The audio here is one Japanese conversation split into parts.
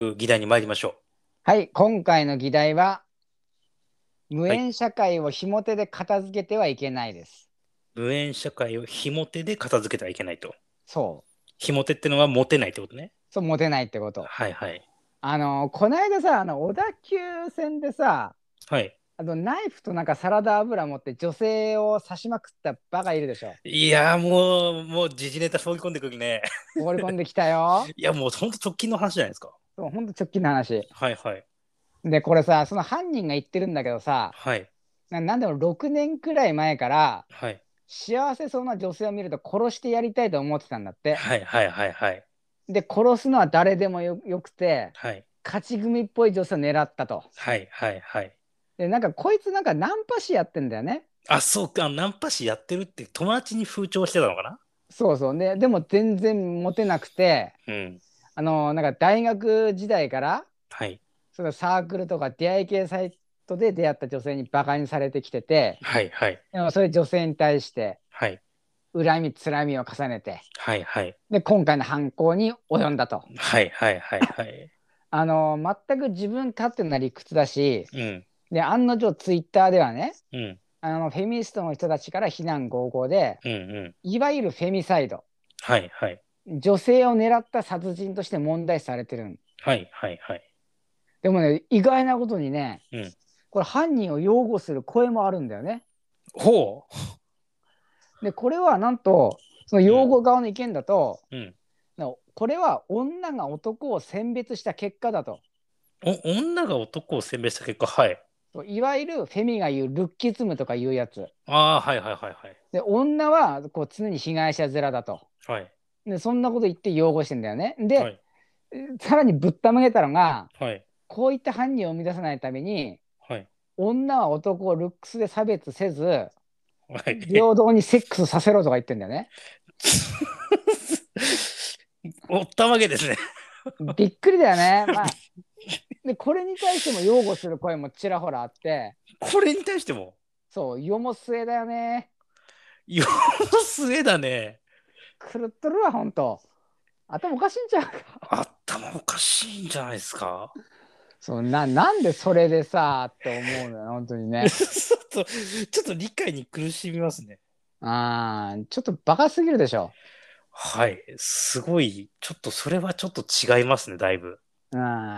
議題に参りましょはい、今回の議題は、無う。はい。 縁社会をひも手で片付けてはいけないです。 無縁社会をひも手で片付けてはいけないと。 そう。 ひも手ってのは持てないってことね。 そう、モテないってこと。 はいはい。 こないださ、小田急線でさ、 はい。 ナイフとなんかサラダ油持って女性を刺しまくったバカいるでしょ。 いやーもう時事ネタ放り込んでくるね。 放り込んできたよ。 いやもうほんと直近の話じゃないですか。 そう、ほんと直近の話。 はいはい。 で、これさ、その犯人が言ってるんだけどさ、 はい。 なんでも6年くらい前から、 はい。 幸せそうな女性を見ると殺してやりたいと思ってたんだって。 はいはいはいはい。 で、殺すのは誰でもよくて、 はい。 勝ち組っぽい女性を狙ったと。 はいはいはい。 で、なんかこいつなんかナンパ師やってんだよね。 あ、そうか。ナンパ師やってるって友達に風潮してたのかな。 そうそう。でも全然モテなくて、 うん。 なんか大学時代から、 はい。 そのサークルとか出会い系サイトで出会った女性にバカにされてきてて、 はいはい。 でもそれ女性に対してはい。 恨みつらみを重ねて、 はいはい。 で、今回の犯行に及んだと。 はいはいはいはい。 全く自分勝手な理屈だし、 うん。 で、案の定ツイッターではね、 うん。 フェミニストの人たちから非難合々で、 うんうん。 いわゆるフェミサイド、 はいはい。 女性を狙った殺人として問題視されてる。 はいはいはい。 でもね、意外なことにね、 うん。 これ犯人を擁護する声もあるんだよね。 ほで、これはなんと、そのう。うん。 擁護側の意見だと、 うん。 これは女が男を選別した結果だと。 女が男を選別した結果、はい。 いわゆるフェミが言うルッキズムとかいうやつ。 ああ、はいはいはいはい。 で、女はこう常に被害者面だと。 はい。 で、そんなこと言って擁護してんだよね。で、 はい。 さらにぶったまげたのが、 はい。 こういった犯人を生み出さないために、 はい。 女は男をルックスで差別せず、 はい。 平等にセックスさせろとか言ってんだよね。 おったまげですね。 びっくりだよね。まあ、で、これに対しても擁護する声もちらほらあって、 これに対しても、 そう、世も末だよね。 世の末だね。 狂っとるわ、ほんと。頭おかしいんちゃうか。 頭おかしいんじゃないですか。 そう、なんでそれでさ、って思うのよ、本当にね。 ちょっと理解に苦しみますね。 ちょっとバカすぎるでしょ。 はい。すごい、ちょっとそれはちょっと違いますね、だいぶ。 うん。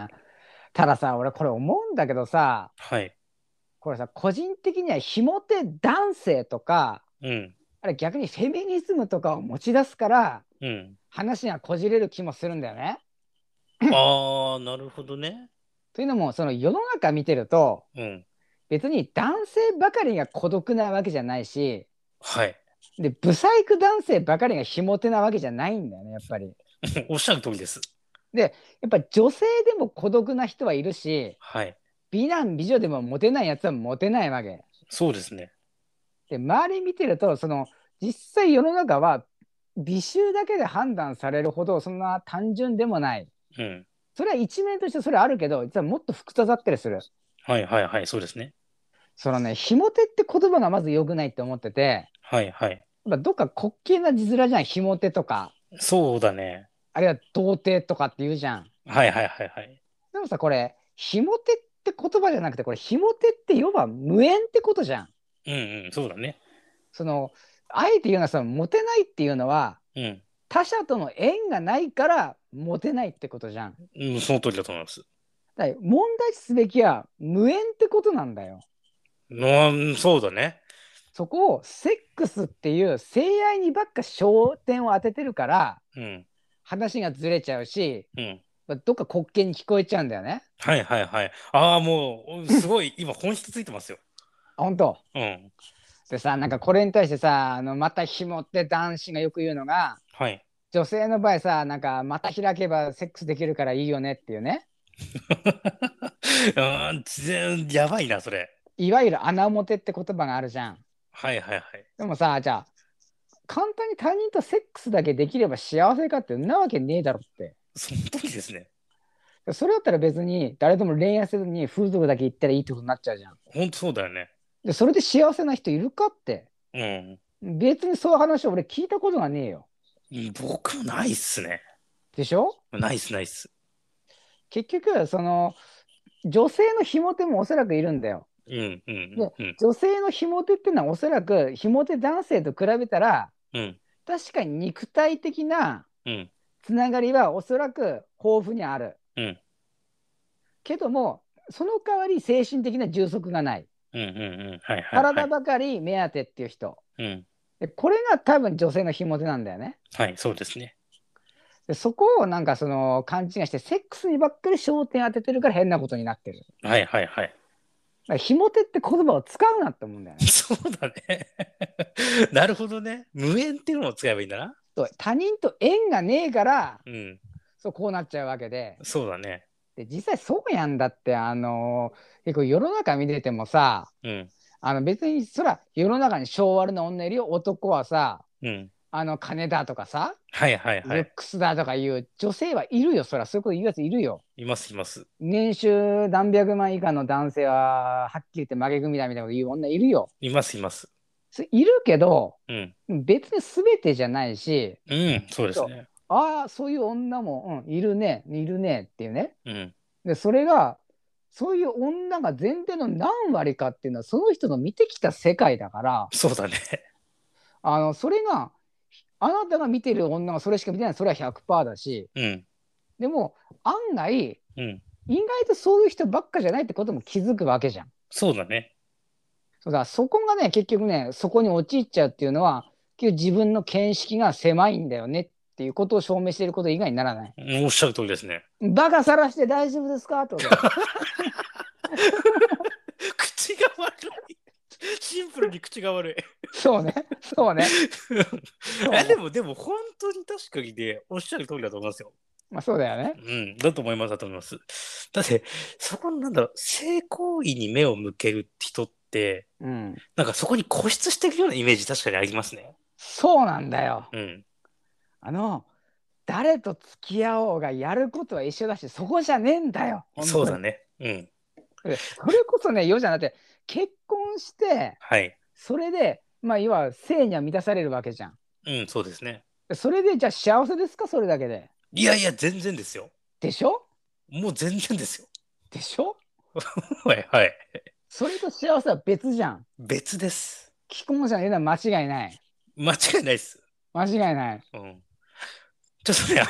たださ、俺これ思うんだけどさ、 はい。 これさ、個人的にはひも手男性とか、 うん。 あれ逆にフェミニズムとかを持ち出すからうん。 話がこじれる気もするんだよね。 ああ、なるほどね。 というのもその世の中見てるとうん。 別に男性ばかりが孤独なわけじゃないし、 はい。 でブサイク男性ばかりがひも手なわけじゃないんだよね、やっぱり。 おっしゃる通りです。 でやっぱ女性でも孤独な人はいるし、 はい。 美男美女でもモテないやつはモテないわけそうですね。 で、周り見てると実際世の中は美醜だけで判断されるほどそんな単純でもない。 うん。 それは一面としてそれあるけど、実はもっと複雑だったりする。 はいはいはい、そうですね。 そのね、ひも手って言葉がまず良くないって思ってて、 はいはい。 どっか滑稽な字面じゃん、ひも手とか、 そうだね。 あるいは童貞とかって言うじゃん。 はいはいはいはい。 でもさ、これ、ひも手って言葉じゃなくて、これ、ひも手って要は無縁ってことじゃん。 うんうん、そうだね。 その、あえて言うのは、モテないっていうのは、 うん。 他者との縁がないからモテないってことじゃん。 うん、その通りだと思います。 だから問題視すべきは無縁ってことなんだよ。 そうだね。 そこをセックスっていう性愛にばっか焦点を当ててるからうん。 話がずれちゃうし、 うん。 どっか滑稽に聞こえちゃうんだよね。 はいはいはい。ああ、もう、すごい、今本質ついてますよ。 本当。 うん。 でさ、なんかこれに対してさ、また紐って男子がよく言うのが、 はい。 女性の場合さ、なんかまた開けばセックスできるからいいよねっていうね。 やばいな、それ。 いわゆる穴表って言葉があるじゃん。 はいはいはい。 でもさ、じゃあ簡単に他人とセックスだけできれば幸せかってんなわけねえだろって。 その通りですね。 それだったら別に誰とも恋愛せずに風俗だけ行ったらいいってことになっちゃうじゃん。 ほんとそうだよね。 で、それで幸せな人いるかって。 うん。 別にそういう話を俺聞いたことがねえよ。 僕もないっすね。 でしょ。 ないっすないっす。 結局、その、女性のひも手もおそらくいるんだよ。 うんうんで、 うん女性のひも手っていうのはおそらくひも手男性と比べたら、 うん確かに肉体的なうんつながりはおそらく豊富にある。 うんけども、その代わり精神的な充足がない。 うんうんうんはいはいはい。 体ばかり目当てっていう人。 うん。 で、これが多分女性のひも手なんだよね。 はい、そうですね。 で、そこをなんかその勘違いして、セックスにばっかり焦点当ててるから変なことになってる。だかはいはいはい。 らひも手って言葉を使うなって思うんだよね。 そうだね。なるほどね。無縁っていうのを使えばいいんだな。 そう、他人と縁がねえから、 うん。 そうこうなっちゃうわけで。 そうだね。 で、実際そうやんだって、結構世の中見ててもさ、 うん。 別にそら世の中に性悪な女いるよ。男はさ、 うん。 金だとかさ、 はいはいはい。 ルックスだとかいう女性はいるよ。そらそういうこと言うやついるよ。 いますいます。 年収何百万以下の男性ははっきり言って負け組だみたいなこと言う女いるよ。 いますいます。 いるけど、 うん。 別に全てじゃないし、 うん。そうですそうね。 ああ、そういう女も、いるね、いるねっていうね。 うん。 で、それが、そういう女が前提の何割かっていうのは、その人の見てきた世界だから、 そうだね。 それが、あなたが見てる女がそれしか見てない、それは100%だし、 うん。 でも、案外、 うん。 意外とそういう人ばっかじゃないってことも気づくわけじゃん。 そうだね。 そうだ、そこがね、結局ね、そこに陥っちゃうっていうのは、結局自分の見識が狭いんだよねっていうことを証明していること以外にならない。 おっしゃる通りですね。 バカさらして大丈夫ですかってことだよ。 口が悪い。シンプルに口が悪い。 そうね、そうね、そうね。 でも本当に確かにね、おっしゃる通りだと思いますよ。 まあそうだよね。 うん、だと思います、だと思います。だって、そこのなんだろう、性行為に目を向ける人って、 うん。 なんかそこに固執してるようなイメージ確かにありますね。 そうなんだよ。 うん。 あの、誰と付き合おうがやることは一緒だし、そこじゃねえんだよ、本当に。 そうだね。うん。 でそれこそね、よじゃなくて、結婚して、 はい。 それで、まあ、要は性には満たされるわけじゃん。 うん、そうですね。 それで、じゃあ幸せですか、それだけで。 いやいや、全然ですよ。 でしょもう全然ですよ。 でしょはいはい。 それと幸せは別じゃん。 別です。 既婚者の言うのは間違いない。 間違いないです。 間違いない。 うん。ちょっとね、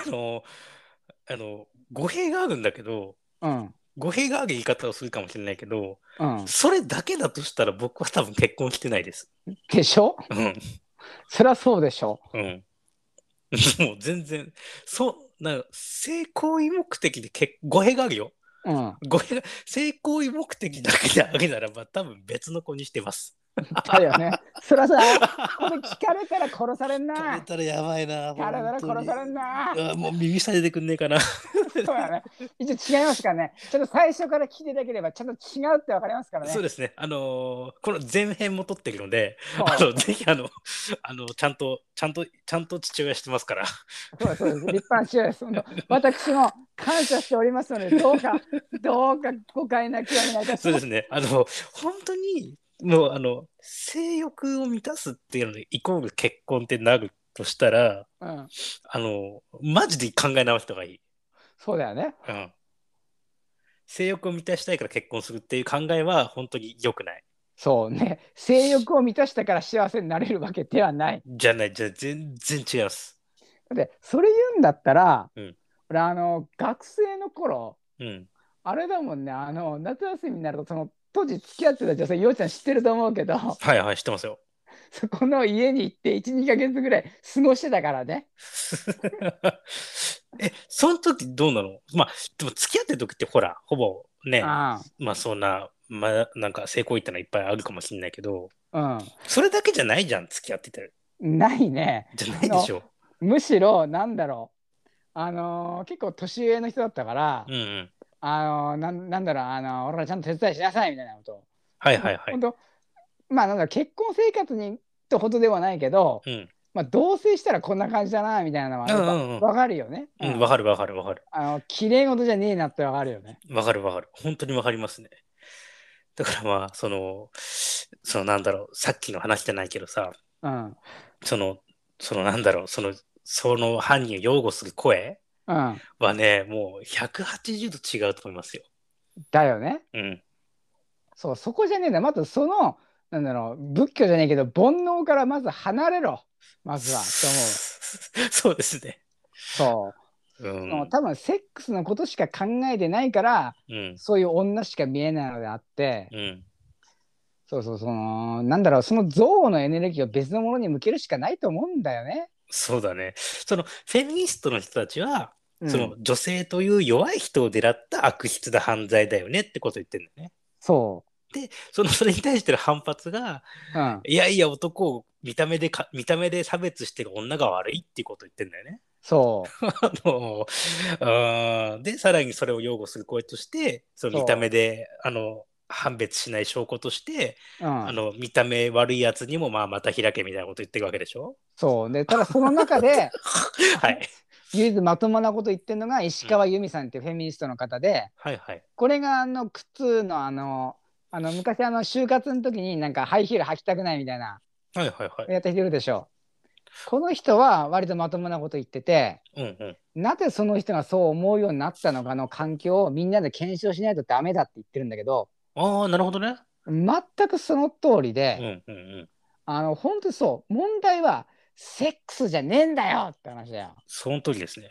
語弊があるんだけど、 うん。 語弊がある言い方をするかもしれないけど、 うん。 それだけだとしたら僕は多分結婚してないです。 でしょうん。 そりゃそうでしょ。 うん。もう全然、性行為目的で語弊があるよ。 うん。 性行為目的だけであるならば多分別の子にしてます。 だよね。そりゃさ、これ聞かれたら殺されん聞かれな。 たらやばいな、 聞かれた本当に。 ら殺されんな。 もう耳されてくんねえかな。 そうだね。一応違いますからね。ちょっと最初から聞いていただければ、ちゃんと違うってわかりますからね。 そうですね。この前編も撮ってるので、 そぜひちゃんと父親してますから。 う、そうです、そうです。立派な父親です。本当私も感謝しておりますので、どうか誤解なきようお願いいたします。 そうですね。本当に、もう、性欲を満たすっていうので、イコール結婚ってなるとしたら、 うん。 マジで考え直した方がいい。 そうだよね。 うん。性欲を満たしたいから結婚するっていう考えは本当に良くない。 そうね。性欲を満たしたから幸せになれるわけではない。 じゃない、じゃあ全然違います。 で、それ言うんだったら、 うん。 俺、学生の頃、 うん。 あれだもんね、夏休みになると、当時付き合ってた女性、ようちゃん知ってると思うけど、 はいはい、知ってますよ。 そこの家に行って1、2ヶ月ぐらい過ごしてたからね。 その時どうなの？まあ、でも付き合ってる時ってほら、ほぼね、 あまあそんな、まあなんか性行為ってのはいっぱいあるかもしれないけど、 あ、 それだけじゃないじゃん、付き合ってて。 うん。ないね。 じゃないでしょ。 むしろ、なんだろう。結構年上の人だったから、 うんうん。 なんだろう、俺らちゃんと手伝いしなさいみたいなこと。 はいはいはい。 本当、まあ、なんだろう、結婚生活にってほどではないけど、 うん。 まあ、同棲したらこんな感じだな、みたいなのは、 うんやっぱうんわかるよね。 うん。うん、わかるわかるわかる。 綺麗事じゃねえなってわかるよね。 わかるわかる。本当にわかりますね。だからまあ、なんだろう、さっきの話じゃないけどさ、 うん。 その、なんだろう、その犯人を擁護する声、 うん。 はね、もう180度違うと思いますよ。 だよね。 うん。 そう、そこじゃねえんだ。まずその、なんだろう、仏教じゃねえけど、煩悩からまず離れろ。まずは、と思う。 そうですね。 そう。 うん。 その多分セックスのことしか考えてないから、 うん。 そういう女しか見えないのであって、 うん。 そうそう、その、なんだろう、その憎悪のエネルギーを別のものに向けるしかないと思うんだよね。 そうだね。そのフェミニストの人たちは、そのうん。 女性という弱い人を狙った悪質な犯罪だよねってことを言ってるんだよね。 そで、それに対しての反発が、 う。うん。 いやいや、男を見た目で差別してる女が悪いっていうことを言ってるんだよね。 そで、さらにそれを擁護する声として、そのう。 見た目そで、判別しない証拠として、 う。うん。 見た目悪いやつにも、まあ、また開けみたいなこと言ってるわけでしょ。 そう。で、ただその中で、 はい。 唯一まともなこと言ってるのが石うん。 川由美さんっていうフェミニストの方で、 はいはい。 これが靴の昔就活の時になんかハイヒール履きたくないみたいなはいはいはい。 やった人いるでしょ。この人は割とまともなこと言ってて、 うんうん。 なぜその人がそう思うようになったのかの環境をみんなで検証しないとダメだって言ってるんだけど、 ああ、なるほどね。 全くその通りで、 うんうんうん。 本当にそう、問題はセックスじゃねえんだよって話だよ。 その通りですね。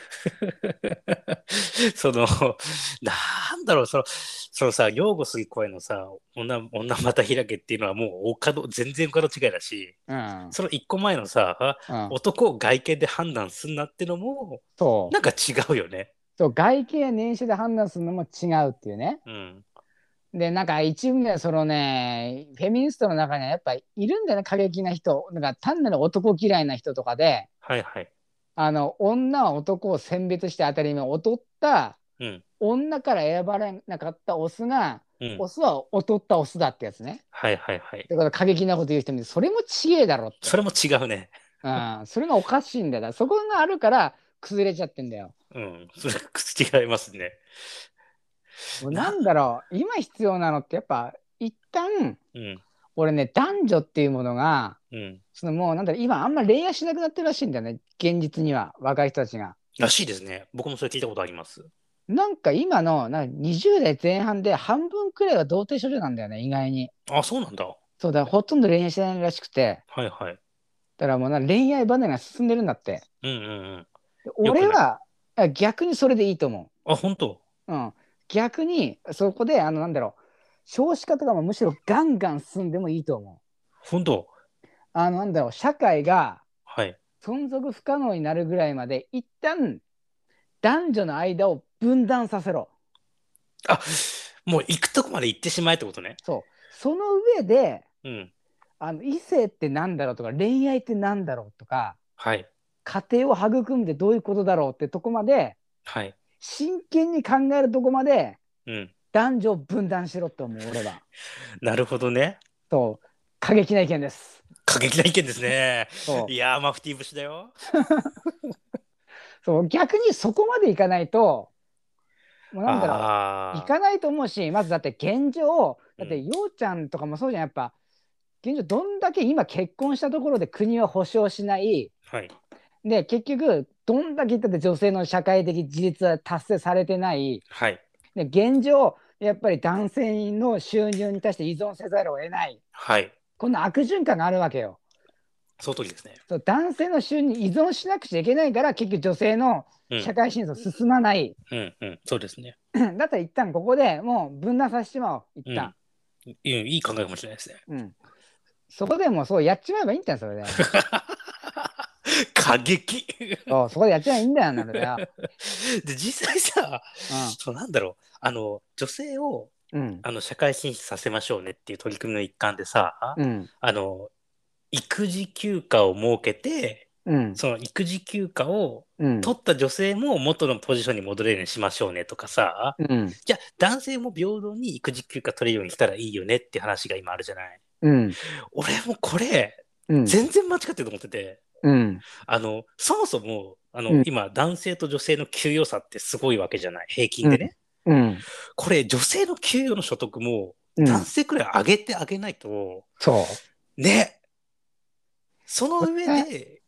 その、なんだろう、そのさ、擁護する声のさ、女また開けっていうのはもう全然他の違いだし、 うん。 その一個前のさ、 うん。 男を外見で判断すんなってのも、 そう。 なんか違うよね。 そう、外見や年収で判断するのも違うっていうね。 うん。 で、なんか一部でそのね、フェミニストの中にはやっぱいるんだよね、過激な人。なんか単なる男嫌いな人とかで、 はいはい。 女は男を選別して当たり前、劣ったうん。 女から選ばれなかったオスが、 うん。 オスは劣ったオスだってやつね。 はいはいはい。 だから過激なこと言う人もいる、それもちげえだろって。 それも違うね。 うん、それがおかしいんだよ。そこがあるから崩れちゃってんだよ。 うん。それ違いますね。 もうなな、 んだろう、今必要なのってやっぱ一旦、 うん。 俺ね、男女っていうものが、 うん。 そのもうなんだろう、今あんま恋愛しなくなってるらしいんだよね、現実には、若い人たちが。 らしいですね。僕もそれ聞いたことあります。 なんか今の20代前半で半分くらいは童貞少女なんだよね、意外に。 あ、そうなんだ。はそうだ、ほとんど恋愛してないらしくて、 いはい。 だからもう恋愛離れが進んでるんだって。 うんうんうん。 でよくない。 俺は逆にそれでいいと思あ、本当。 う。うん。逆にそこで、なんだろう、少子化とかもむしろガンガン進んでもいいと思う。 本当。 なんだろう、社会がはい。 存続不可能になるぐらいまで、一旦男女の間を分断させろ。 あ、もう行くとこまで行ってしまえってことね。 そう。その上で、 うん。 異性ってなんだろうとか、恋愛ってなんだろうとか、 はい。 家庭を育むってどういうことだろうってとこまで、 はい。 真剣に考えるとこまで、 うん。 男女を分断しろって思う、俺は。 なるほどね。 そう。過激な意見です。 過激な意見ですね。 そう。 いやー、マフティー節だよ。 そう。逆にそこまでいかないと、もうなんだろう。いああ。 かないと思うし、まずだって現状、だってうん。 ようちゃんとかもそうじゃん、やっぱ、現状どんだけ今結婚したところで国は保障しない。 はい。 で、結局、どんだけ言ったって女性の社会的自立は達成されてない。 はい。 で、現状、やっぱり男性の収入に対して依存せざるを得ない。 はい。 こんな悪循環があるわけよ。 その通りですね。 そう男性の収入に依存しなくちゃいけないから、結局女性のうん。 社会進出進まない。 うんうん。そうですね。 だったら一旦ここでもう分断させてしまおう。一旦。 うん。いい考えかもしれないですね。 うん。そこでもうそうやっちまえばいいんだよ、それで。 過激。 そう、そこでやっちまえばいいんだよ、なのでよ。 で、実際さ、 うん。 なんだろう、女性を、 うん。 社会進出させましょうねっていう取り組みの一環でさ、 うん。 あの、育児休暇を設けて、 うん。 その育児休暇をうん。 取った女性も元のポジションに戻れるようにしましょうねとかさ、 うん。 じゃあ男性も平等に育児休暇取れるようにしたらいいよねって話が今あるじゃない。 うん。 俺もこれ、 うん。 全然間違ってると思ってて、 うん。 そもそも、 うん。 今、男性と女性の給与差ってすごいわけじゃない。平均うん。 でね。 うん。 これ、女性の給与の所得も、 うん。 男性くらい上げてあげないと、 そね、そのう。 上ね。 で、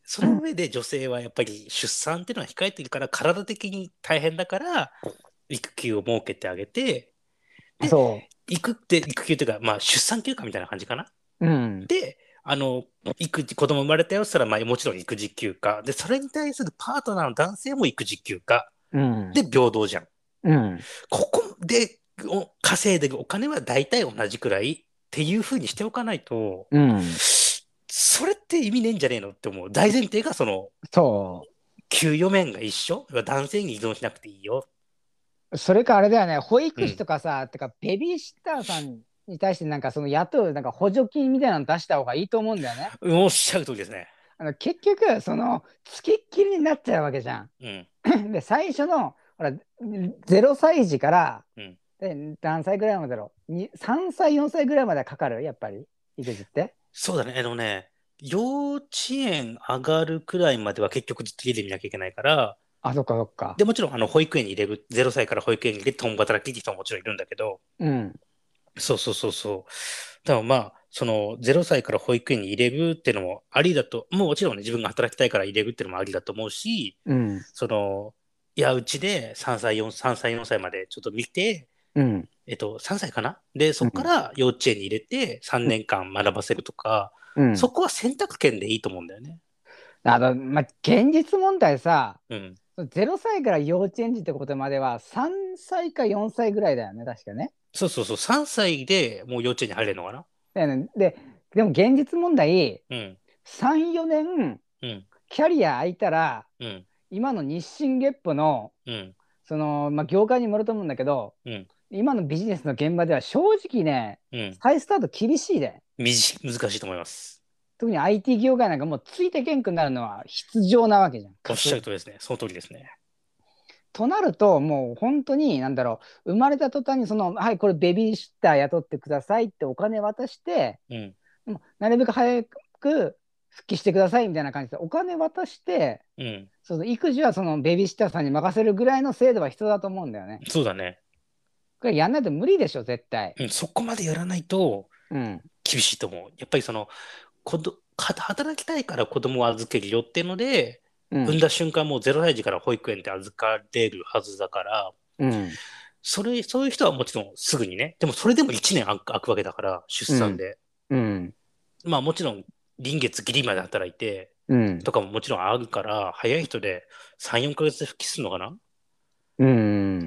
その上で女性はやっぱり出産っていうのは控えてるから体的に大変だから育休を設けてあげて、で、 そ育休っていうか、まあ出産休暇みたいな感じかな。 う。うん。 で、子供生まれたよって言ったら、まあもちろん育児休暇。で、それに対するパートナーの男性も育児休暇。 うん。 で、平等じゃん。 うん。 ここで稼いでるお金は大体同じくらいっていうふうにしておかないと、 うん。 それって意味ねえんじゃねえのって思う。大前提がそ給与面が一緒。男性に依存しなくていいよ。 う。それかあれだよね、保育士うん。 とかさ、てかベビーシッターさんに対してなんかその雇うなんか補助金みたいなの出した方がいいと思うんだよね。 おっしゃる通りですね。 結局、その、つきっきりになっちゃうわけじゃうん。 ん。で、最初の、ほら、0歳児から、 うん。 で、何歳ぐらいまでだろう。3歳、4歳ぐらいまでかかるやっぱり、育児って。 そうだね。幼稚園上がるくらいまでは結局ずっと家で見なきゃいけないから、 あ、そっかそっか。 で、もちろん保育園に入れる、0歳から保育園に入れて共働きって人ももちろんいるんだけど、 うん。 そうそうそうそう。でもまあ、0歳から保育園に入れるっていうのもありだと、もちろんね、自分が働きたいから入れるっていうのもありだと思うし、 うん。 いや、うちで3歳、4歳までちょっと見て、 うん。 3歳かなで、そこかうん。 ら幼稚園に入れて3年間学ばせるとか、 うん。 そこは選択権でいいと思うんだよね。 まあ、現実問題さ、 うん。 0歳から幼稚園児ってことまでは3歳か4歳ぐらいだよね、確かね。 そうそうそう、3歳でもう幼稚園に入れるのかな。 だよね。でも現実問題、 うん、 3、4年うん、 キャリア空いたら、 うん、 今の日進月歩の、 うん、 まあ、業界にもよると思うんだけど、 うん、 今のビジネスの現場では正直ね、 うん。 再スタート厳しいで。 難しいと思います。 特に IT 業界なんかもうついてけんくなるのは必要なわけじゃん。 おっしゃるとりですね。その通りですね。 となると、もう本当に、なんだろう、生まれた途端にはい、これベビーシッター雇ってくださいってお金渡して、 うん、 もうなるべく早く復帰してくださいみたいな感じで、お金渡して、 うん。 育児はそのベビーシッターさんに任せるぐらいの制度は必要だと思うんだよね。 そうだね。 これやんないと無理でしょ、絶対。 うん、そこまでやらないとうん。 厳しいと思う。やっぱり働きたいから子供を預けるよっていうので、 うん。 産んだ瞬間もう0歳児から保育園って預かれるはずだから、 うん。 そういう人はもちろんすぐにね、でもそれでも1年空くわけだから、出うん。 産で。 うん。 まあもちろん臨月ギリまで働いて、 うん。 とかももちろんあるから、早い人で3、4ヶ月で復帰するのかなうん。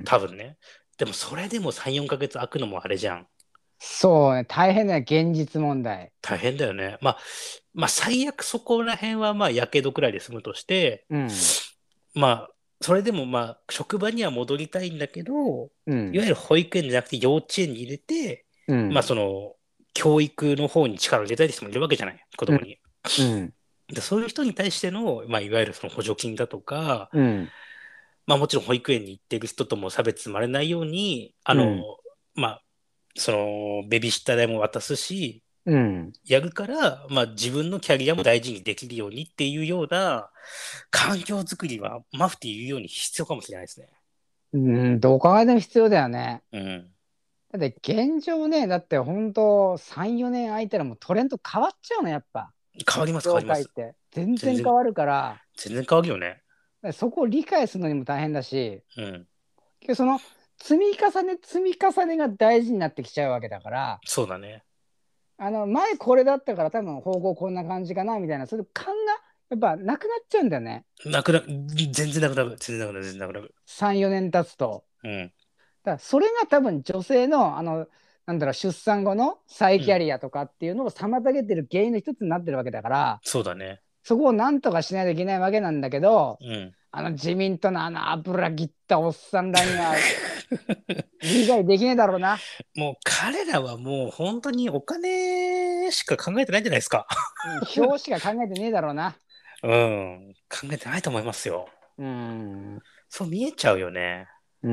多分ね。でもそれでも3、4ヶ月空くのもあれじゃん。 そうね、大変な現実問題。 大変だよね。まあ最悪そこら辺はまあやけどくらいで済むとして、 うん。 まあそれでもまあ職場には戻りたいんだけど、 うん。 いわゆる保育園じゃなくて幼稚園に入れて、まあうん。 教育の方に力を入れたい人もいるわけじゃない、子うん。 供に。 うん。 でそういう人に対しての、まあ、いわゆるその補助金だとか、 うん。 まあもちろん保育園に行ってる人とも差別生まれないように、 うん。 まあ、ベビーシッター代も渡すし、 うん。 やるから、まあ自分のキャリアも大事にできるようにっていうような環境づくりは、マフティー言うように必要かもしれないですね。 うん、どう考えても必要だよね。 うん。 だって現状ね、だって本当3、4年空いたらもうトレンド変わっちゃうの、やっぱ。 変わります、変わ業ります。 界って。全全然、 然変わるから、 全然変わるよね。 そこを理解するのにも大変だし、 うん。 けどその積み重ね、積み重ねが大事になってきちゃうわけだから、 そうだね。 前これだったから多分方向こんな感じかなみたいな、それ勘がやっぱなくなっちゃうんだよね。 全然なくなる。全然なくなる。全然なくなる。 3、4年経つと。 うん。 だからそれが多分女性の、なんだろう、出産後の再うん。 キャリアとかっていうのを妨げてる原因の一つになってるわけだから、 そうだね。 そこをなんとかしないといけないわけなんだけど、 うん。 自民党の油切ったおっさんらには理解できねえだろうな。 もう彼らはもう本当にお金しか考えてないんじゃないですか。 うん、票しか考えてねえだろうな。 うん。考えてないと思いますよ。 うん。 そう見えちゃうよね。 うん。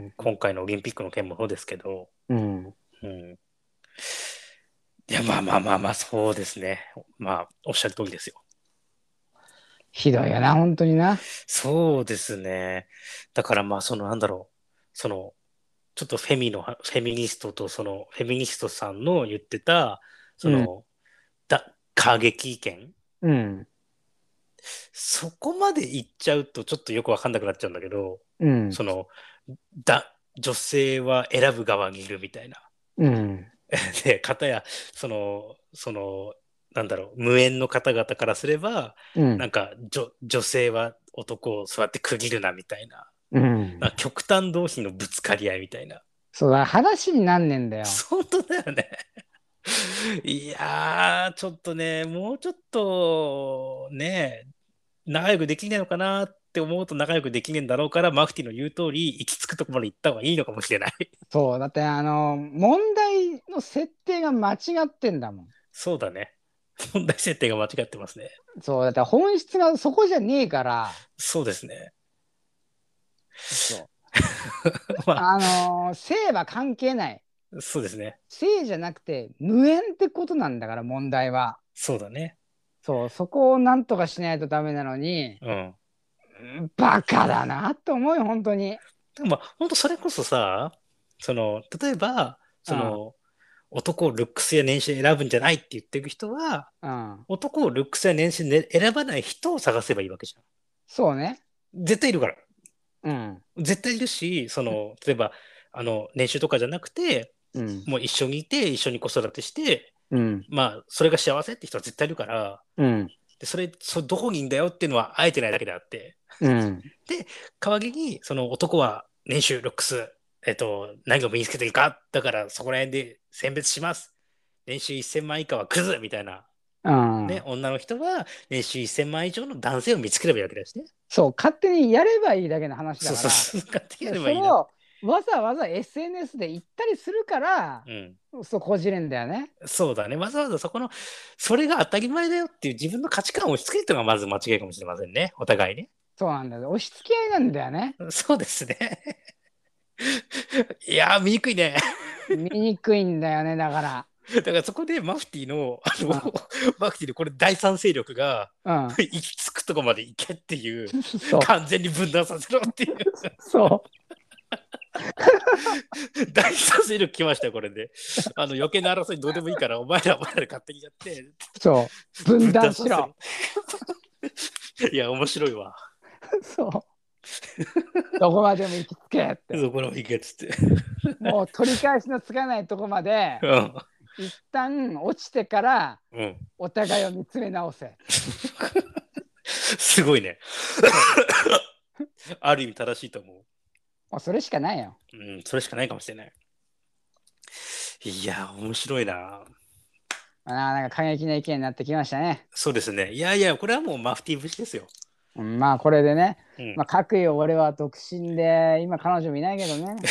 今回のオリンピックの件もそうですけど。 うん。 うん。いや、まあまあまあまあ、そうですね。まあ、おっしゃる通りですよ。 ひどいよな、本当にな。 そうですね。だからまあ、なんだろう。ちょっとフェミニストとフェミニストさんの言ってた、そうん。 の、過激意見うん。 そこまで行っちゃうとちょっとよくわかんなくなっちゃうんだけど、 うん。 その、女性は選ぶ側にいるみたいな。 うん。 で、片や、なんだろう、無縁の方々からすれば、 うん。 なんか、女性は男をそうやって区切るなみたいな。 うん。 なんか極端同士のぶつかり合いみたいな。 そうだ、話になんねんだよ。 本当だよね。いやー、ちょっとね、もうちょっと、ね、仲良くできないのかなって思うと仲良くできねえんだろうから、マフティの言う通り、行き着くところまで行った方がいいのかもしれない。 そう、だって問題の設定が間違ってんだもん。 そうだね。問題設定が間違ってますね。 そう、だって本質がそこじゃねえから、 そうですね。 そう。 ま性は関係ない。 あ、そうですね。 性じゃなくて無縁ってことなんだから問題は。 そうだね。 そう、そこをなんとかしないとダメなのに、 うん。 バカだなって思うよ、本当に。 でもまあ、本当それこそさ、例えば、 うん、 男をルックスや年収で選ぶんじゃないって言ってる人は、 うん。 男をルックスや年収で選ばない人を探せばいいわけじゃん。 そうね。 絶対いるから。 うん、 絶対いるし、例えば、年収とかじゃなくて、 うん、 もう一緒にいて、一緒に子育てして、 うん、 まあ、それが幸せって人は絶対いるから、 うん、 で、どこにいんだよっていうのはあえてないだけであって、 うん。 で、代わりに、男は年収、ルックス、何を身につけてるか、だからそこら辺で選別します。年収1000万以下はクズみたいな、 うん。 ね、女の人は年収1000万以上の男性を見つければいいわけだしね。 そう、勝手にやればいいだけの話だそうから、 そうそう、勝手にやでればいいな。 それをわざわざ SNS で言ったりするから、 うん。 そう、こじれんだよね。 そうだね。わざわざそれが当たり前だよっていう自分の価値観を押し付けるっていうのがまず間違いかもしれませんね。お互いね。 そうなんだよ。押し付け合いなんだよね。 そうですね。いやー、見にくいね。 見にくいんだよね、だかだからそこでマフティーの、 ら。 マフティーのこれ第三勢力がうん。 行き着くとこまで行けっていう、 うん。そう。 完全に分断させろっていう、 そ第三勢力来ましたよ、これで。余計な争いどうでもいいから、お前ら勝手にやって、 う。そう。分分断しろ。 断させろ。いや、面白いわ。 そう。どこまでも行きつけって。 そこの行けっつって。 もう取り返しのつかないとこまで、 うん。 一旦落ちてから、 うん。 お互いを見つめ直せ。 すごいね。ある意味正しいと思もうそれしかないよ。 う。うん、それしかないかもしれない。いや、面白いな。 なんか過激な意見になってきましたね。 そうですね。いやいや、これはもうマフティー節ですよ。 うん、まあこれでね、 うん。 まあ各位俺は独身で、今彼女もいないけどね。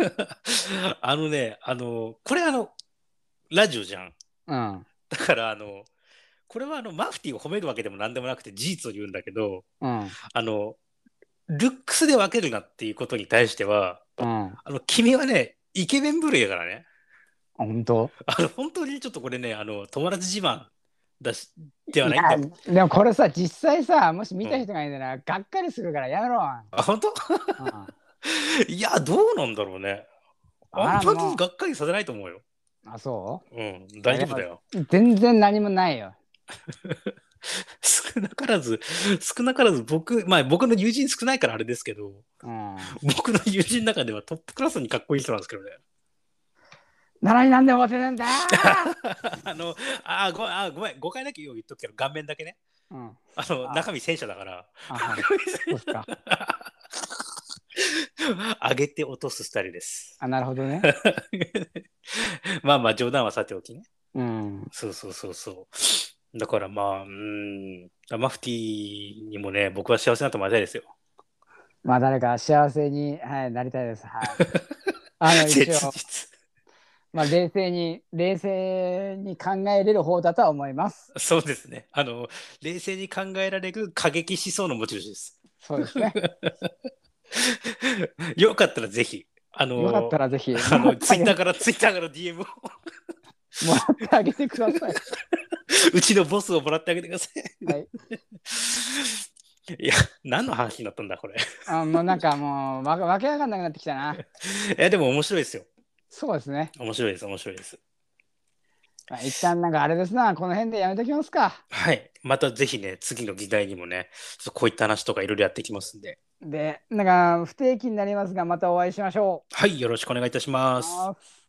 これラジオじゃん。 うん、 だからこれはマフティーを褒めるわけでも何でもなくて事実を言うんだけど、 うん、 あの、ルックスで分けるなっていうことに対しては、 うん。あ、 君はね、イケメンブルやからね。 本当？ 本当にちょっとこれね、友達自慢だし、ではいや、 ないんだ。 でもこれさ、実際さ、もし見たうん。 人がいたら、がっかりするからやめろ。 本当うん。 いや、どうなんだろうね。あんまりもがっかりさせないと思うよ。 う、あ、そうん、 う？いや、でも、 大丈夫だよ。 全然何もないよ。 少なからず僕の友人少ないからあれですけど、 うん。 僕の友人の中ではトップクラスにかっこいい人なんですけどね。 なのになんでモテるんだあの、ごめん、誤解だけ言っとくけど、顔面だけね。 ー。うん。 中身戦車だから。 あ、はい。 中身戦そうっすか。 車上げて落とすスタイルです。 あ、なるほどね。 まあまあ、冗談はさておきね。 うん。 そうそうそうそう。だからまあ、マフティーにもね、僕は幸せになってもらいたいですよ。 まあ、誰か幸せに、はい、なりたいです。はい。 切一応、 実。 まあ、冷静に考えれる方だとは思います。 そうですね。冷静に考えられる過激思想の持ち主です。 そうですね。 よかったらぜひ、 よかったらぜひ、もらってツイッターから DM をもらってあげてください。 うちのボスをもらってあげてください。 はい。 いや、何の話になったんだ、これ。 もうなんかもう、わけわかんなくなってきたな。 いや、でも面白いですよ。 そうですね。 面白いです、面白いです。 まあ、一旦なんかあれですな、この辺でやめときますか。 はい。またぜひね、次の議題にもね、ちょっとこういった話とかいろいろやっていきますんで。 で、なんか不定期になりますが、またお会いしましょはい。よろしくお願いいたしう。 ます。 あー